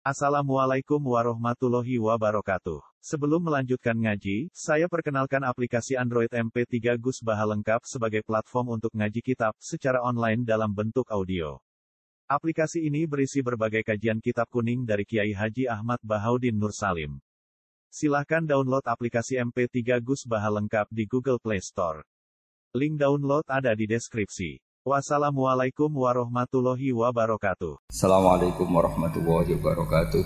Assalamualaikum warahmatullahi wabarakatuh. Sebelum melanjutkan ngaji, saya perkenalkan aplikasi Android MP3 Gus Baha lengkap sebagai platform untuk ngaji kitab secara online dalam bentuk audio. Aplikasi ini berisi berbagai kajian kitab kuning dari Kiai Haji Ahmad Bahaudin Nur Salim. Silahkan download aplikasi MP3 Gus Baha lengkap di Google Play Store. Link download ada di deskripsi. Wassalamualaikum warahmatullahi wabarakatuh. Assalamualaikum warahmatullahi wabarakatuh.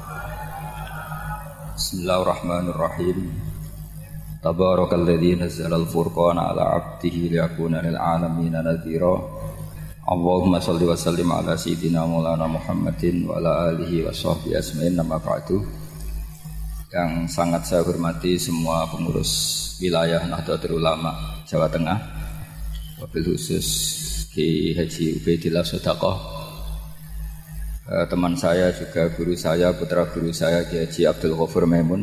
Bismillahirrahmanirrahim. Tabarakalladzi nazzala al-furqana ala 'abdihi liyakuna lil 'alamin nadhira. Allahumma shalli wa sallim ala sayyidina Maulana Muhammadin wa ala alihi wa sahbihi ajmain. Amma ba'du. Yang sangat saya hormati semua pengurus wilayah Nahdlatul Ulama Jawa Tengah, wabil khusus Ki Haji Ubaidillah Sodaqoh, teman saya juga guru saya, putra guru saya Ki Haji Abdul Ghafur Maimun.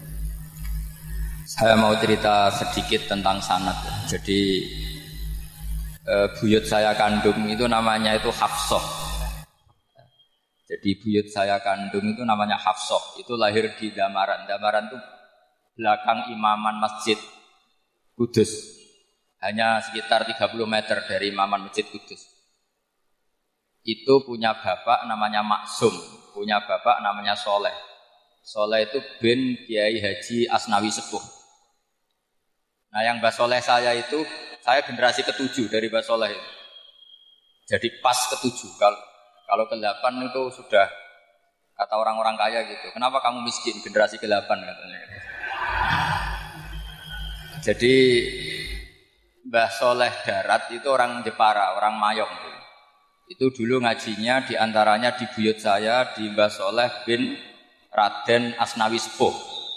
Saya mau cerita sedikit tentang sanad. Jadi buyut saya kandung itu namanya itu Hafsah. Jadi buyut saya kandung itu namanya Hafsah. Itu lahir di Damaran. Damaran itu belakang imaman Masjid Kudus. Hanya sekitar 30 meter dari imaman Masjid Kudus. Itu punya bapak namanya Maksum, punya bapak namanya Soleh. Soleh itu bin Kiai Haji Asnawi Sepuh. Nah yang Mbah Soleh saya itu, saya generasi ke-7 dari Mbah Soleh itu. Jadi pas ke-7, kalau ke-8 itu sudah kata orang-orang kaya gitu. Kenapa kamu miskin? Generasi ke-8 katanya. Jadi Mbah Soleh Darat itu orang Jepara, orang Mayong. Itu dulu ngajinya diantaranya di buyut saya di Mbah Soleh bin Raden Asnawi Sepuh.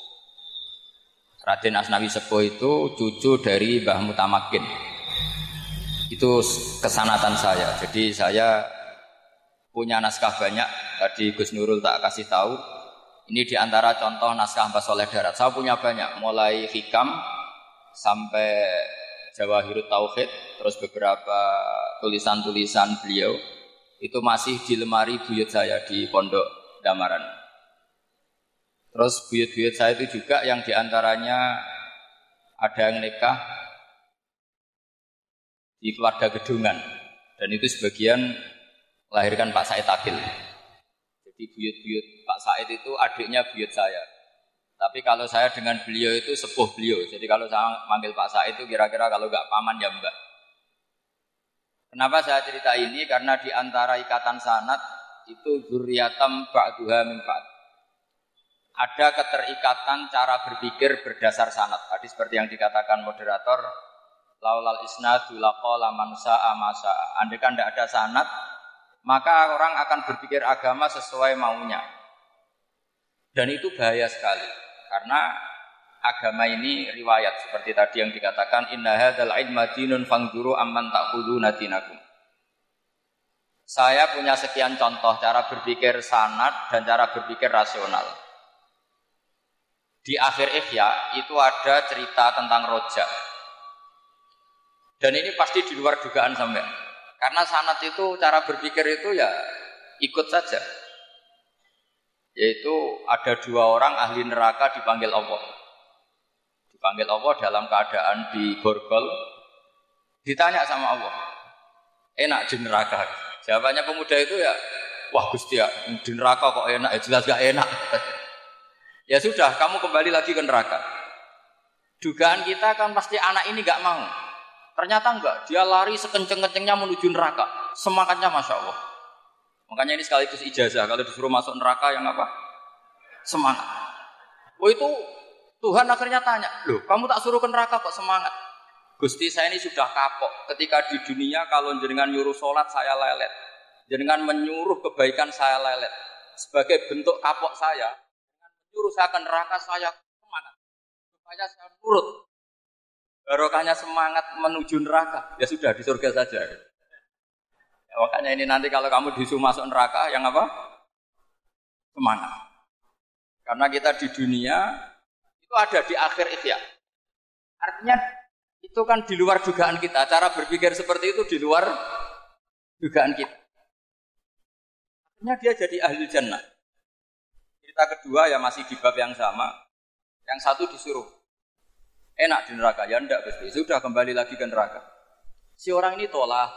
Raden Asnawi Sepuh itu cucu dari Mbah Mutamakin. Itu kesanatan saya. Jadi saya punya naskah banyak. Tadi Gus Nurul tak kasih tahu. Ini diantara contoh naskah Mbah Soleh Darat. Saya punya banyak, mulai hikam sampai Jawahirut Tauhid, terus beberapa tulisan-tulisan beliau itu masih di lemari buyut saya di Pondok Damaran. Terus buyut-buyut saya itu juga yang diantaranya ada yang nikah di keluarga Gedungan, dan itu sebagian melahirkan Pak Said Akil. Jadi buyut-buyut Pak Said itu adiknya buyut saya. Tapi kalau saya dengan beliau itu sepuh beliau. Jadi kalau saya manggil Pak Said itu kira-kira kalau enggak paman ya mbak. Kenapa saya cerita ini? Karena di antara ikatan sanad itu dzurriyatam ba'duha min ba'd. Ada keterikatan cara berpikir berdasar sanad. Tadi seperti yang dikatakan moderator, laulal isnadu laqala man sa'a ma sa'a. Andai kan tidak ada sanad, maka orang akan berpikir agama sesuai maunya. Dan itu bahaya sekali. Karena agama ini riwayat seperti tadi yang dikatakan inna hadzal ilma dinun fangduru amman ta'khuduna dinakum. Saya punya sekian contoh cara berpikir sanad dan cara berpikir rasional. Di akhir Ihya itu ada cerita tentang rojak. Dan ini pasti di luar dugaan sampean. Karena sanad itu cara berpikir itu ya ikut saja. Yaitu ada 2 orang ahli neraka dipanggil Allah. Dipanggil Allah dalam keadaan di borgol. Ditanya sama Allah, enak di neraka? Jawabannya pemuda itu ya, wah Gusti ya, di neraka kok enak? Ya jelas gak enak. Ya sudah, kamu kembali lagi ke neraka. Dugaan kita kan pasti anak ini gak mau. Ternyata enggak, dia lari sekenceng-kencengnya menuju neraka. Semangatnya Masya Allah. Makanya ini sekaligus ijazah. Kalau disuruh masuk neraka yang apa? Semangat. Oh itu Tuhan akhirnya tanya, loh kamu tak suruh ke neraka kok semangat? Gusti saya ini sudah kapok. Ketika di dunia kalau jenengan nyuruh sholat saya lelet. Jenengan menyuruh kebaikan saya lelet. Sebagai bentuk kapok saya, dengan menyuruh saya ke neraka saya semangat. Supaya saya nurut. Barokahnya semangat menuju neraka. Ya sudah di surga saja. Makanya ini nanti kalau kamu disuruh masuk neraka, yang apa? Semangat. Karena kita di dunia, itu ada di akhir Ihya. Artinya, itu kan di luar dugaan kita. Cara berpikir seperti itu di luar dugaan kita. Akhirnya dia jadi ahli jannah. Cerita kedua ya masih di bab yang sama. Yang satu disuruh enak di neraka, ya enggak Gusti. Sudah kembali lagi ke neraka. Si orang ini toleh.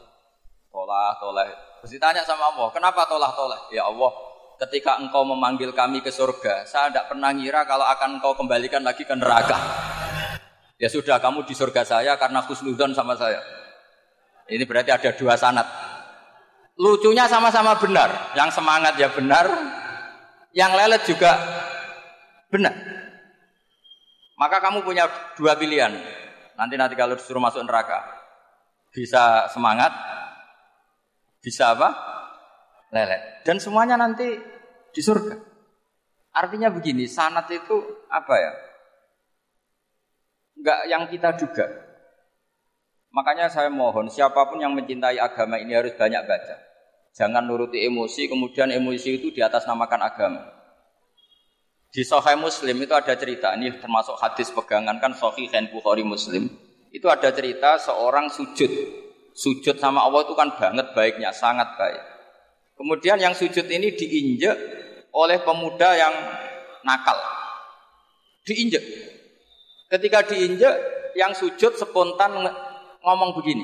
Terus ditanya sama Allah, kenapa toleh? Ya Allah, ketika engkau memanggil kami ke surga, saya tidak pernah ngira kalau akan engkau kembalikan lagi ke neraka. Ya sudah, kamu di surga saya karena husnudzon sama saya. Ini berarti ada dua sanad. Lucunya sama-sama benar. Yang semangat ya benar, yang lelet juga benar. Maka kamu punya dua pilihan. Nanti kalau disuruh masuk neraka, bisa semangat, bisa apa? Lelet. Dan semuanya nanti di surga. Artinya begini, sanad itu apa ya? Enggak yang kita duga. Makanya saya mohon siapapun yang mencintai agama ini harus banyak baca. Jangan nuruti emosi, kemudian emosi itu di atas namakan agama. Di Sahih Muslim itu ada cerita, ini termasuk hadis pegangan kan Sahih Bukhari Muslim. Itu ada cerita seorang sujud sama Allah itu kan banget baiknya, sangat baik. Kemudian yang sujud ini diinjek oleh pemuda yang nakal. Diinjek. Ketika diinjek, yang sujud spontan ngomong begini.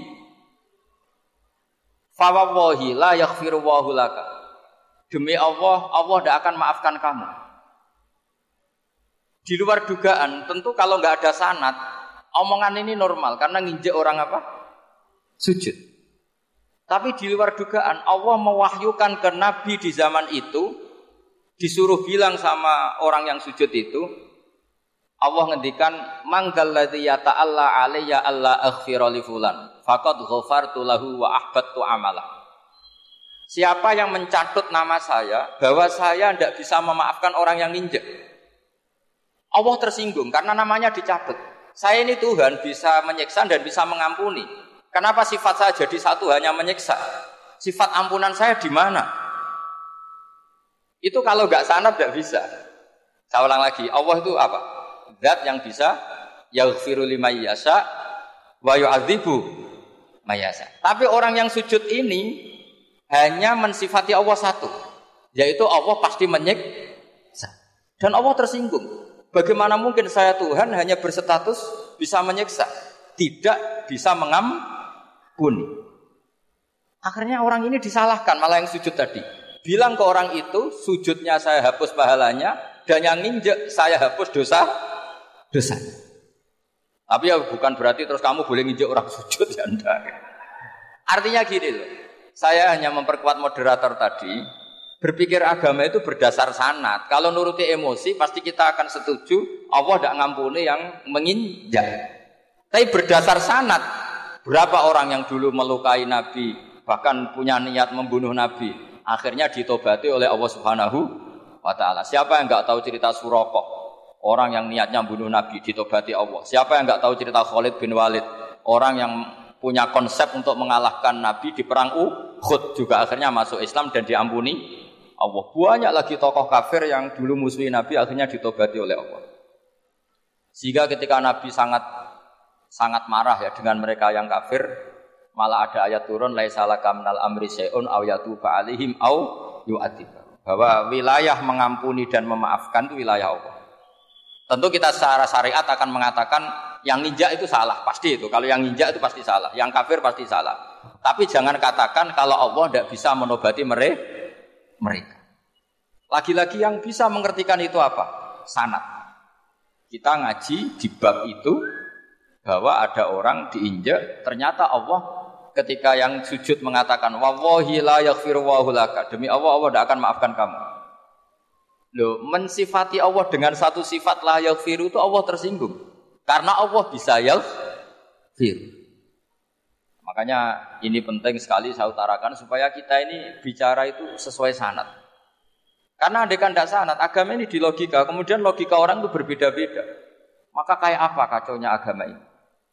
Fa wallahi la yaghfiru Allahu laka. Demi Allah, Allah tidak akan maafkan kamu. Di luar dugaan, tentu kalau nggak ada sanad, omongan ini normal karena nginjek orang apa? Sujud. Tapi di luar dugaan, Allah mewahyukan ke Nabi di zaman itu, disuruh bilang sama orang yang sujud itu, Allah ngendikan, manggal ladzi yata'alla alayya alla aghfira li fulan, faqad ghafartu lahu wa ahbattu amalah. Siapa yang mencatut nama saya, bahwa saya tidak bisa memaafkan orang yang nginjek. Allah tersinggung karena namanya dicabut. Saya ini Tuhan bisa menyiksa dan bisa mengampuni. Kenapa sifat saya jadi satu hanya menyiksa? Sifat ampunan saya di mana? Itu kalau enggak sanad enggak bisa. Saya ulang lagi, Allah itu apa? Zat yang bisa yaghfiru liman yasha wa yu'adzibu may yasha. Tapi orang yang sujud ini hanya mensifati Allah satu, yaitu Allah pasti menyiksa. Dan Allah tersinggung. Bagaimana mungkin saya Tuhan hanya berstatus bisa menyiksa, tidak bisa mengampuni. Akhirnya orang ini disalahkan, malah yang sujud tadi. Bilang ke orang itu, sujudnya saya hapus pahalanya, dan yang nginjek saya hapus dosa. Tapi ya bukan berarti terus kamu boleh nginjek orang sujud, ya enggak. Artinya gini loh, saya hanya memperkuat moderator tadi. Berpikir agama itu berdasar sanad. Kalau nuruti emosi pasti kita akan setuju Allah tidak ngampuni yang menginjak. Tapi berdasar sanad, berapa orang yang dulu melukai Nabi, bahkan punya niat membunuh Nabi, akhirnya ditobati oleh Allah Subhanahu wa Ta'ala. Siapa yang enggak tahu cerita Suraqah, orang yang niatnya membunuh Nabi, ditobati Allah. Siapa yang enggak tahu cerita Khalid bin Walid, orang yang punya konsep untuk mengalahkan Nabi di perang Uhud, juga akhirnya masuk Islam dan diampuni Allah. Banyak lagi tokoh kafir yang dulu musuhi Nabi akhirnya ditobati oleh Allah. Sehingga ketika Nabi sangat marah ya dengan mereka yang kafir, malah ada ayat turun laisa laka minal amri syai'un aw yatuba alaihim aw yu'adzib. Bahwa wilayah mengampuni dan memaafkan itu wilayah Allah. Tentu kita secara syariat akan mengatakan yang ninja itu salah, pasti itu. Kalau yang ninja itu pasti salah, yang kafir pasti salah. Tapi jangan katakan kalau Allah tidak bisa menobati mereka. Lagi-lagi yang bisa mengertikan itu apa? Sanad. Kita ngaji di bab itu bahwa ada orang diinjak, ternyata Allah ketika yang sujud mengatakan wallahi la yaghfiru Allahu laka, demi Allah Allah tidak akan maafkan kamu. Loh, mensifati Allah dengan satu sifat la yaghfiru itu Allah tersinggung. Karena Allah bisa yaghfir. Makanya ini penting sekali saya utarakan supaya kita ini bicara itu sesuai sanad. Karena andaikan tidak sanad, agama ini di logika, kemudian logika orang itu berbeda-beda. Maka kayak apa kacaunya agama ini?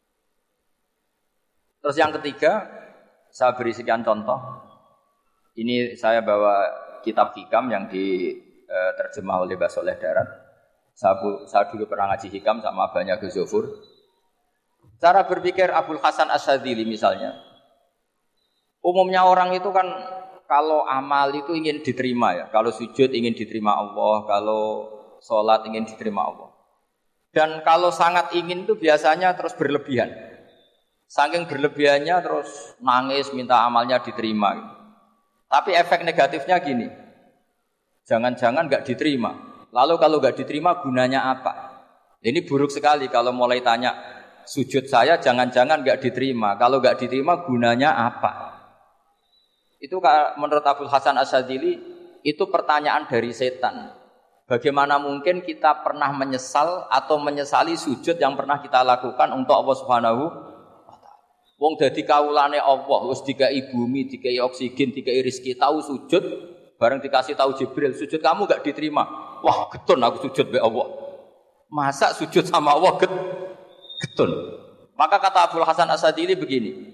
Terus yang ketiga, saya beri sekian contoh. Ini saya bawa kitab hikam yang diterjemah oleh Mbah Soleh Darat. Saya dulu pernah ngaji hikam sama Abahnya Gus Zofur. Cara berpikir Abul Hasan Asyadzili misalnya. Umumnya orang itu kan kalau amal itu ingin diterima ya, kalau sujud ingin diterima Allah, kalau sholat ingin diterima Allah. Dan kalau sangat ingin itu biasanya terus berlebihan. Saking berlebihannya terus nangis minta amalnya diterima. Tapi efek negatifnya gini, jangan-jangan nggak diterima. Lalu kalau nggak diterima gunanya apa? Ini buruk sekali kalau mulai tanya sujud saya jangan-jangan nggak diterima. Kalau nggak diterima gunanya apa? Itu menurut Abul Hasan Asyadzili itu pertanyaan dari setan. Bagaimana mungkin kita pernah menyesal atau menyesali sujud yang pernah kita lakukan untuk Allah Subhanahu wa taala. Wong dadi kawulane Allah, wis dikai bumi, dikai oksigen, dikai rezeki, tahu sujud, bareng dikasih tahu Jibril, sujud kamu enggak diterima. Wah, getun aku sujud be Allah. Masa sujud sama Allah getun. Maka kata Abul Hasan Asyadzili begini.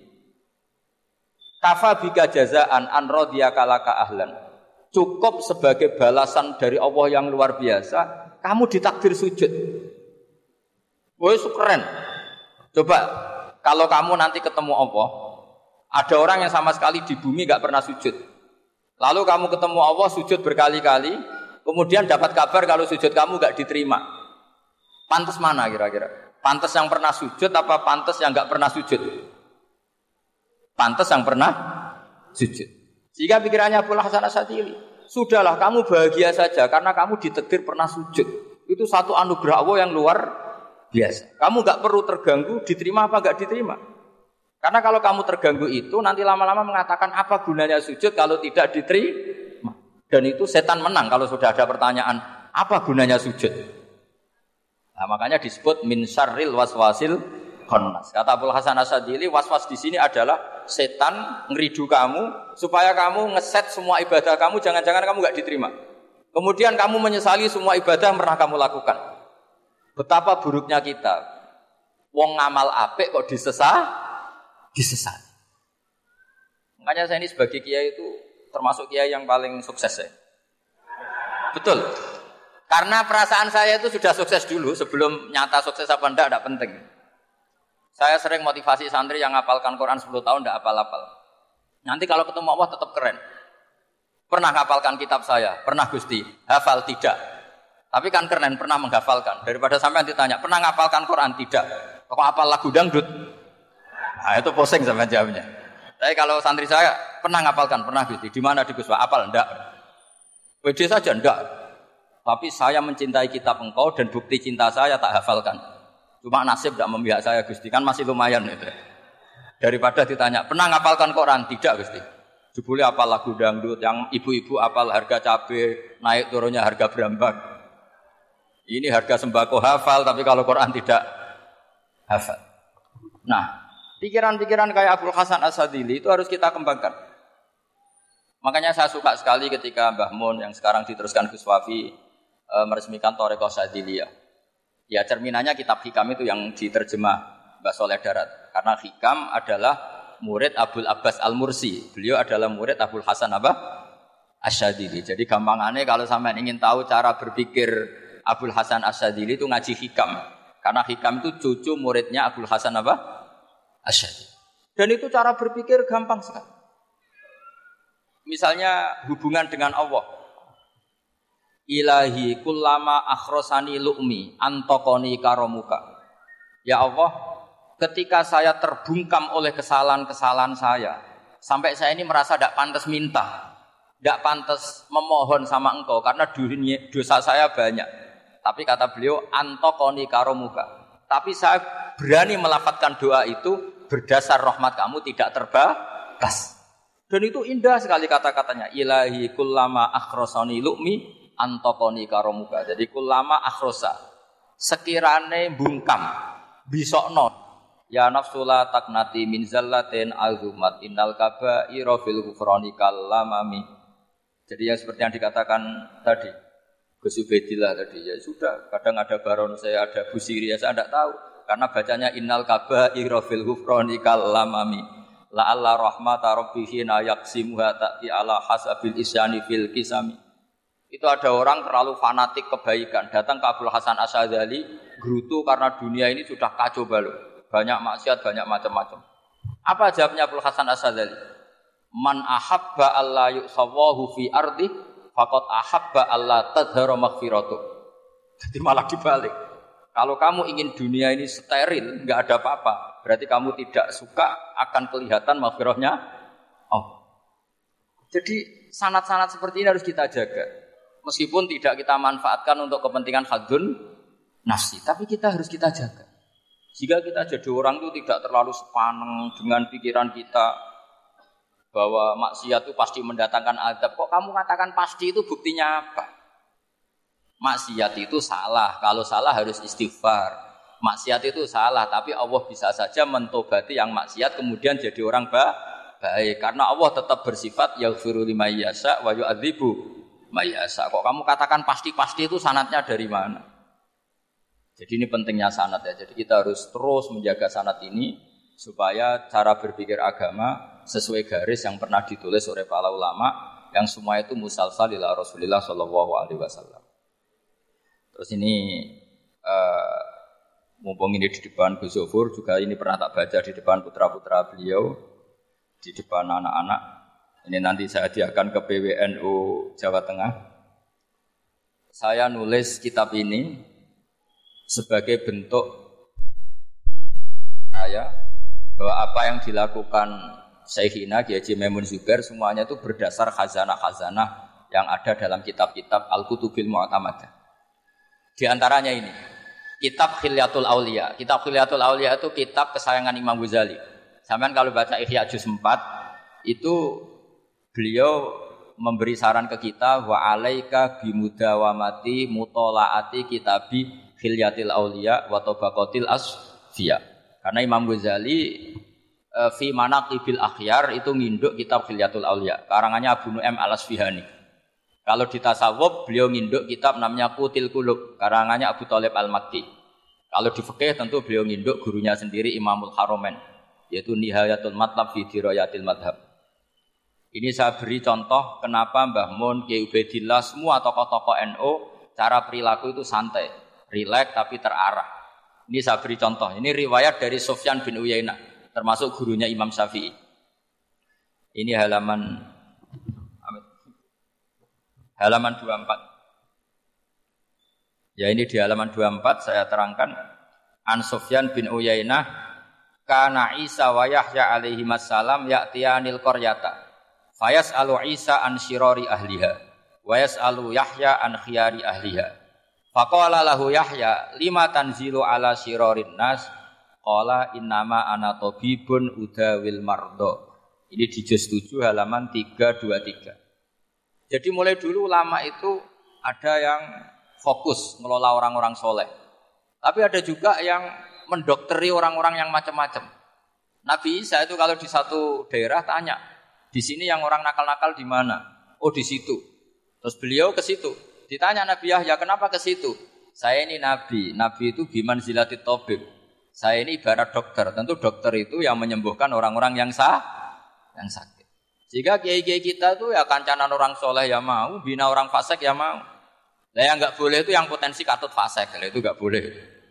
Kafa bika jazaan an radiyaka laka ahlan. Cukup sebagai balasan dari Allah yang luar biasa, kamu ditakdir sujud. Woi, keren. Coba kalau kamu nanti ketemu Allah, ada orang yang sama sekali di bumi gak pernah sujud. Lalu kamu ketemu Allah sujud berkali-kali, kemudian dapat kabar kalau sujud kamu gak diterima. Pantes mana kira-kira? Pantes yang pernah sujud apa pantes yang gak pernah sujud? Pantes yang pernah sujud. Jika pikirannya Abul Hasan Asyadzili, sudahlah kamu bahagia saja karena kamu ditakdir pernah sujud. Itu satu anugerah Allah yang luar biasa. Kamu gak perlu terganggu, diterima apa gak diterima. Karena kalau kamu terganggu itu, nanti lama-lama mengatakan apa gunanya sujud kalau tidak diterima. Dan itu setan menang kalau sudah ada pertanyaan, apa gunanya sujud. Nah, makanya disebut min syarril waswasil khannas. Kata Abul Hasan Asyadzili, waswas di sini adalah setan ngeridu kamu supaya kamu ngeset semua ibadah kamu, jangan-jangan kamu gak diterima. Kemudian kamu menyesali semua ibadah yang pernah kamu lakukan. Betapa buruknya kita. Wong ngamal apik kok disesat. Makanya saya ini sebagai kiai itu termasuk kiai yang paling sukses ya. Betul. Karena perasaan saya itu sudah sukses dulu sebelum nyata sukses apa enggak penting. Saya sering motivasi santri yang ngapalkan Quran 10 tahun enggak hafal-hafal. Nanti kalau ketemu Allah tetap keren. Pernah ngapalkan kitab saya? Pernah Gusti. Hafal tidak. Tapi kan keren pernah menghafalkan. Daripada sampai ditanya, pernah ngapalkan Quran? Tidak. Kok hafal lagu dangdut? Nah, itu pusing sama jawabnya. Tapi kalau santri saya pernah ngapalkan? Pernah Gusti. Di mana di Guswa? Hafal enggak? WD saja enggak. Tapi saya mencintai kitab engkau dan bukti cinta saya tak hafalkan. Cuma nasib tidak memihak saya Gusti, kan masih lumayan itu. Daripada ditanya, pernah ngapalkan Quran? Tidak Gusti. Jebule apal lagu dangdut, yang ibu-ibu apal harga cabai, naik turunnya harga berambang. Ini harga sembako hafal, tapi kalau Quran tidak hafal. Nah, pikiran-pikiran kayak Abul Hasan Asyadzili itu harus kita kembangkan. Makanya saya suka sekali ketika Mbah Mun yang sekarang diteruskan Gus Wafi meresmikan Thariqah Syadziliyah. Ya cerminannya kitab Hikam itu yang diterjemah Mbah Soleh Darat. Karena Hikam adalah murid Abul Abbas Al-Mursi. Beliau adalah murid Abul Hasan Asyadzili. Jadi gampangannya kalau sampean ingin tahu cara berpikir Abul Hasan Asyadzili itu ngaji Hikam. Karena Hikam itu cucu muridnya Abul Hasan Asyadzili. Dan itu cara berpikir gampang sekali. Misalnya hubungan dengan Allah. Ilahi kullama akhrosani lu'mi antokoni karomuka. Ya Allah, ketika saya terbungkam oleh kesalahan-kesalahan saya, sampai saya ini merasa tidak pantas minta, tidak pantas memohon sama engkau, karena dosa saya banyak. Tapi kata beliau, antokoni karomuka. Tapi saya berani melafadzkan doa itu berdasar rahmat kamu tidak terbatas. Dan itu indah sekali kata-katanya. Ilahi kullama akhrosani lu'mi antokoni karomuka. Jadi kullama akhrosa sekirane bungkam bisokno ya nafsula taknati min zallatin azumat innal kaba'ira fil ghufrani kallamami. Jadi yang seperti yang dikatakan tadi Gus Ubaidillah tadi, ya sudah, kadang ada baron saya, ada Busiri, ya saya tidak tahu karena bacanya innal kaba'ira fil ghufrani kallamami la alla rahmata rabbihi na yaqsimuha ta'ti ala hasabil isyani fil kisami. Itu ada orang terlalu fanatik kebaikan, datang ke Abul Hasan Asyadzili, gerutu karena dunia ini sudah kacau balau. Banyak maksiat, banyak macam-macam. Apa jawabnya Abul Hasan Asyadzili? Man ahabba alla yusawahu fi ardi faqad ahabba alla tadhara maghfiratu. Jadi malah dibalik. Kalau kamu ingin dunia ini steril, enggak ada apa-apa, berarti kamu tidak suka akan kelihatan maghfirahnya Allah. Jadi sanad-sanad seperti ini harus kita jaga. Meskipun tidak kita manfaatkan untuk kepentingan hadzun nafsi, tapi kita harus kita jaga. Jika kita jadi orang itu tidak terlalu sepaneng dengan pikiran kita bahwa maksiat itu pasti mendatangkan azab. Kok kamu katakan pasti, itu buktinya apa? Maksiat itu salah, kalau salah harus istighfar. Maksiat itu salah, tapi Allah bisa saja mentobati yang maksiat kemudian jadi orang baik. Karena Allah tetap bersifat yaghfiru liman yasha wa yu'adzibu man yasha. Kok kamu katakan pasti-pasti, itu sanadnya dari mana? Jadi ini pentingnya sanad ya. Jadi kita harus terus menjaga sanad ini supaya cara berpikir agama sesuai garis yang pernah ditulis oleh para ulama yang semua itu musalsal ila Rasulullah sallallahu alaihi wasallam. Terus ini mumpung ini di depan Gus Zofur juga ini pernah tak baca di depan putra-putra beliau, di depan anak-anak. Ini nanti saya hadiahkan ke PWNU Jawa Tengah. Saya nulis kitab ini sebagai bentuk saya bahwa apa yang dilakukan Syekhina Kiai Haji Maimun Zubair semuanya itu berdasar khazanah-khazanah yang ada dalam kitab-kitab Al-Kutubil Mu'tamadah. Di antaranya ini, kitab Khilyatul Auliya. Kitab Khilyatul Auliya itu kitab kesayangan Imam Ghazali. Sampean kalau baca Ihya Juz 4, itu beliau memberi saran ke kita wa alaika bimudawamati mutolaati kitabi Khilyatil Auliya wa Tabaqatil Asfiya. Karena Imam Ghazali fi Manaqibil Akhyar itu nginduk kitab Khilyatul Auliya, karangannya Abu Nu'aim Al-Asfihani. Kalau di tasawuf beliau nginduk kitab namanya Qutil Qulub, karangannya Abu Thalib Al-Makki. Kalau di fikih tentu beliau nginduk gurunya sendiri Imamul Haramain, yaitu Nihayatul Matlab fi Dirayatil Madhab. Ini saya beri contoh kenapa Mbah Mun, Kiai Ubaidillah, semua tokoh-tokoh NU cara perilaku itu santai, rileks tapi terarah. Ini saya beri contoh. Ini riwayat dari Sufyan bin Uyainah, termasuk gurunya Imam Syafi'i. Ini halaman 24. Ya ini di halaman 24 saya terangkan. An Sufyan bin Uyainah, kana Isa wa Yahya alaihi wassalam ya'tiyanil qaryata. Fayas'alu Isa an syirari ahliha wa yas'alu Yahya an khiyari ahliha. Faqala lahu Yahya lima tanzilu ala syirarin nas qala innama ana tabibun udawil mardo. Ini di juz 7 halaman 323. Jadi mulai dulu ulama itu ada yang fokus ngelola orang-orang soleh, tapi ada juga yang mendokteri orang-orang yang macam-macam. Nabi Isa itu kalau di satu daerah tanya, di sini yang orang nakal-nakal di mana? Oh di situ. Terus beliau ke situ. Ditanya Nabi Yahya, kenapa ke situ? Saya ini nabi. Nabi itu biman zilatit tabib. Saya ini ibarat dokter. Tentu dokter itu yang menyembuhkan orang-orang yang sakit. Jika kiai-kiai kita itu ya kancanan orang soleh ya mau, bina orang fasik ya mau. Nah yang nggak boleh itu yang potensi katut fasik. Itu nggak boleh.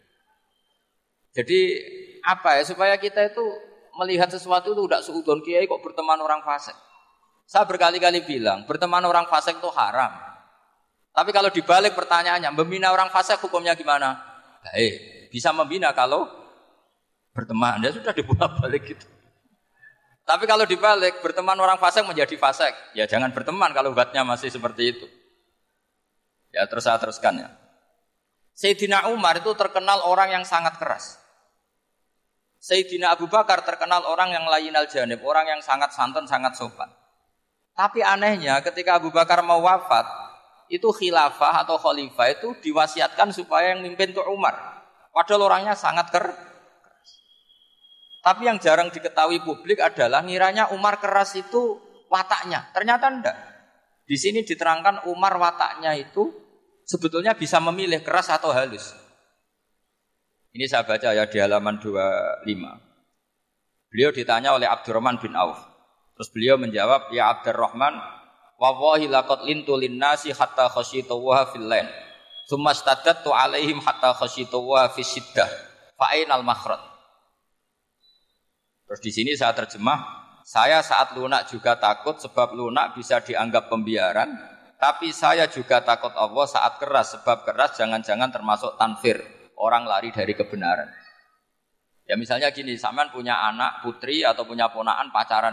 Jadi apa ya supaya kita itu melihat sesuatu itu tidak seudon kiai kok berteman orang fasik. Saya berkali-kali bilang berteman orang fasik itu haram. Tapi kalau dibalik pertanyaannya, membina orang fasik hukumnya gimana? Baik, bisa membina kalau berteman. Ya sudah dibolak-balik gitu. Tapi kalau dibalik, berteman orang fasik menjadi fasik. Ya jangan berteman kalau obatnya masih seperti itu. Ya terus saya teruskan ya. Sayyidina Umar itu terkenal orang yang sangat keras. Sayyidina Abu Bakar terkenal orang yang layinal janib, orang yang sangat santun, sangat sopan. Tapi anehnya ketika Abu Bakar mau wafat, itu khilafah atau khalifah itu diwasiatkan supaya yang mimpin itu Umar. Padahal orangnya sangat keras. Tapi yang jarang diketahui publik adalah ngiranya Umar keras itu wataknya. Ternyata enggak. Di sini diterangkan Umar wataknya itu sebetulnya bisa memilih keras atau halus. Ini saya baca ya di halaman 25. Beliau ditanya oleh Abdurrahman bin Auf. Terus beliau menjawab, ya Abdurrahman, wallahi laqad lintu linnasi hatta khasyitu wa fil lain. Tsumma staddattu alaihim hatta khasyitu wa fi siddah. Fa ainal makhraj. Terus di sini saya terjemah, Saya saat lunak juga takut sebab lunak bisa dianggap pembiaran. Tapi saya juga takut Allah saat keras sebab keras jangan-jangan termasuk tanfir. Orang lari dari kebenaran. Ya misalnya gini, sampean punya anak, putri atau punya ponakan pacaran.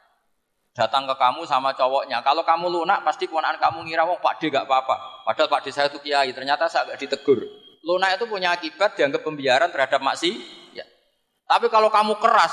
Datang ke kamu sama cowoknya. Kalau kamu lunak pasti ponakan kamu ngira wong Pak D gak apa-apa. Padahal Pak D saya itu kiai, ternyata saya gak ditegur. Lunak itu punya akibat dianggap pembiaran terhadap maksiat. Ya. Tapi kalau kamu keras,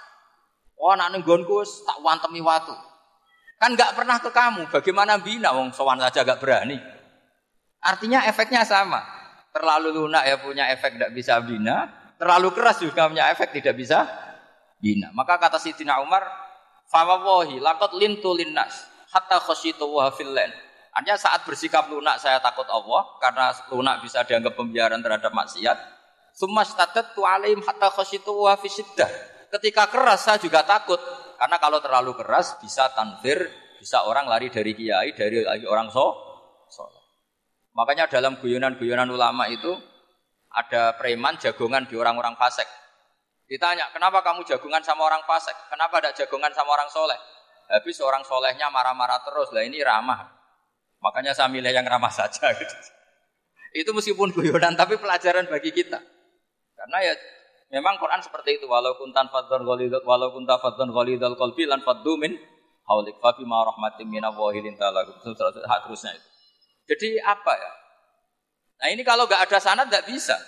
oh anak nenggonku tak wantemi watu. Kan enggak pernah ke kamu. Bagaimana bina wong sowan saja enggak berani. Artinya efeknya sama. Terlalu lunak ya punya efek enggak bisa bina, terlalu keras juga punya efek tidak bisa bina. Maka kata Sayyidina Umar, fa wallahi laqad lintu linnas hatta khasyitu wa fillan. Artinya saat bersikap lunak saya takut Allah karena lunak bisa dianggap pembiaran terhadap maksiat. Tsummastatatu alaihim hatta khasyitu wa fi syiddah. Ketika keras saya juga takut karena kalau terlalu keras bisa tanfir, bisa orang lari dari kiai, dari orang soleh. Makanya dalam guyonan-guyonan ulama itu ada preman jagongan di orang-orang fasik. Ditanya, kenapa kamu jagongan sama orang fasik? Kenapa tidak jagongan sama orang soleh? Habis orang solehnya marah-marah terus, lah ini ramah. Makanya saya milih yang ramah saja. Gitu. Itu meskipun guyonan, tapi pelajaran bagi kita. Karena ya memang Quran seperti itu. Walau kunta fadzan ghalidhal qalbi lan faddu min haulik fa bima rahmatin minallahi linta lahum. Terusnya itu. Jadi apa ya? Nah ini kalau enggak ada sanad enggak bisa.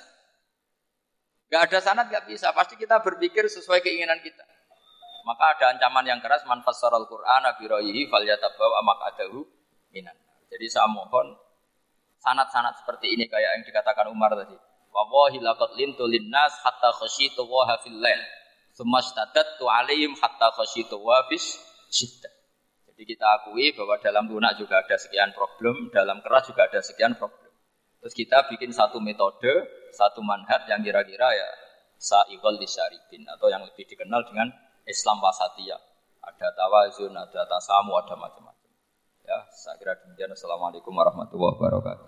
Enggak ada sanad enggak bisa. Pasti kita berpikir sesuai keinginan kita. Maka ada ancaman yang keras man fassaral Qur'ana bi ra'yihi falyatabawwa maq'adahu minan. Jadi saya mohon sanad-sanad seperti ini kayak yang dikatakan Umar tadi. Wallahi laqad lintu linnas hatta khasyitu wa fil lail. Tsummastatadtu alaihim hatta khasyitu wa bis syiddah. Jadi kita akui bahwa dalam lunak juga ada sekian problem, dalam keras juga ada sekian problem. Terus kita bikin satu metode, satu manhaj yang kira-kira ya sa'iqal lisyaribin atau yang lebih dikenal dengan Islam wasatiyah. Ada tawazun, ada tasamu, ada macam-macam. Ya, saya kira demikian. Assalamualaikum warahmatullahi wabarakatuh.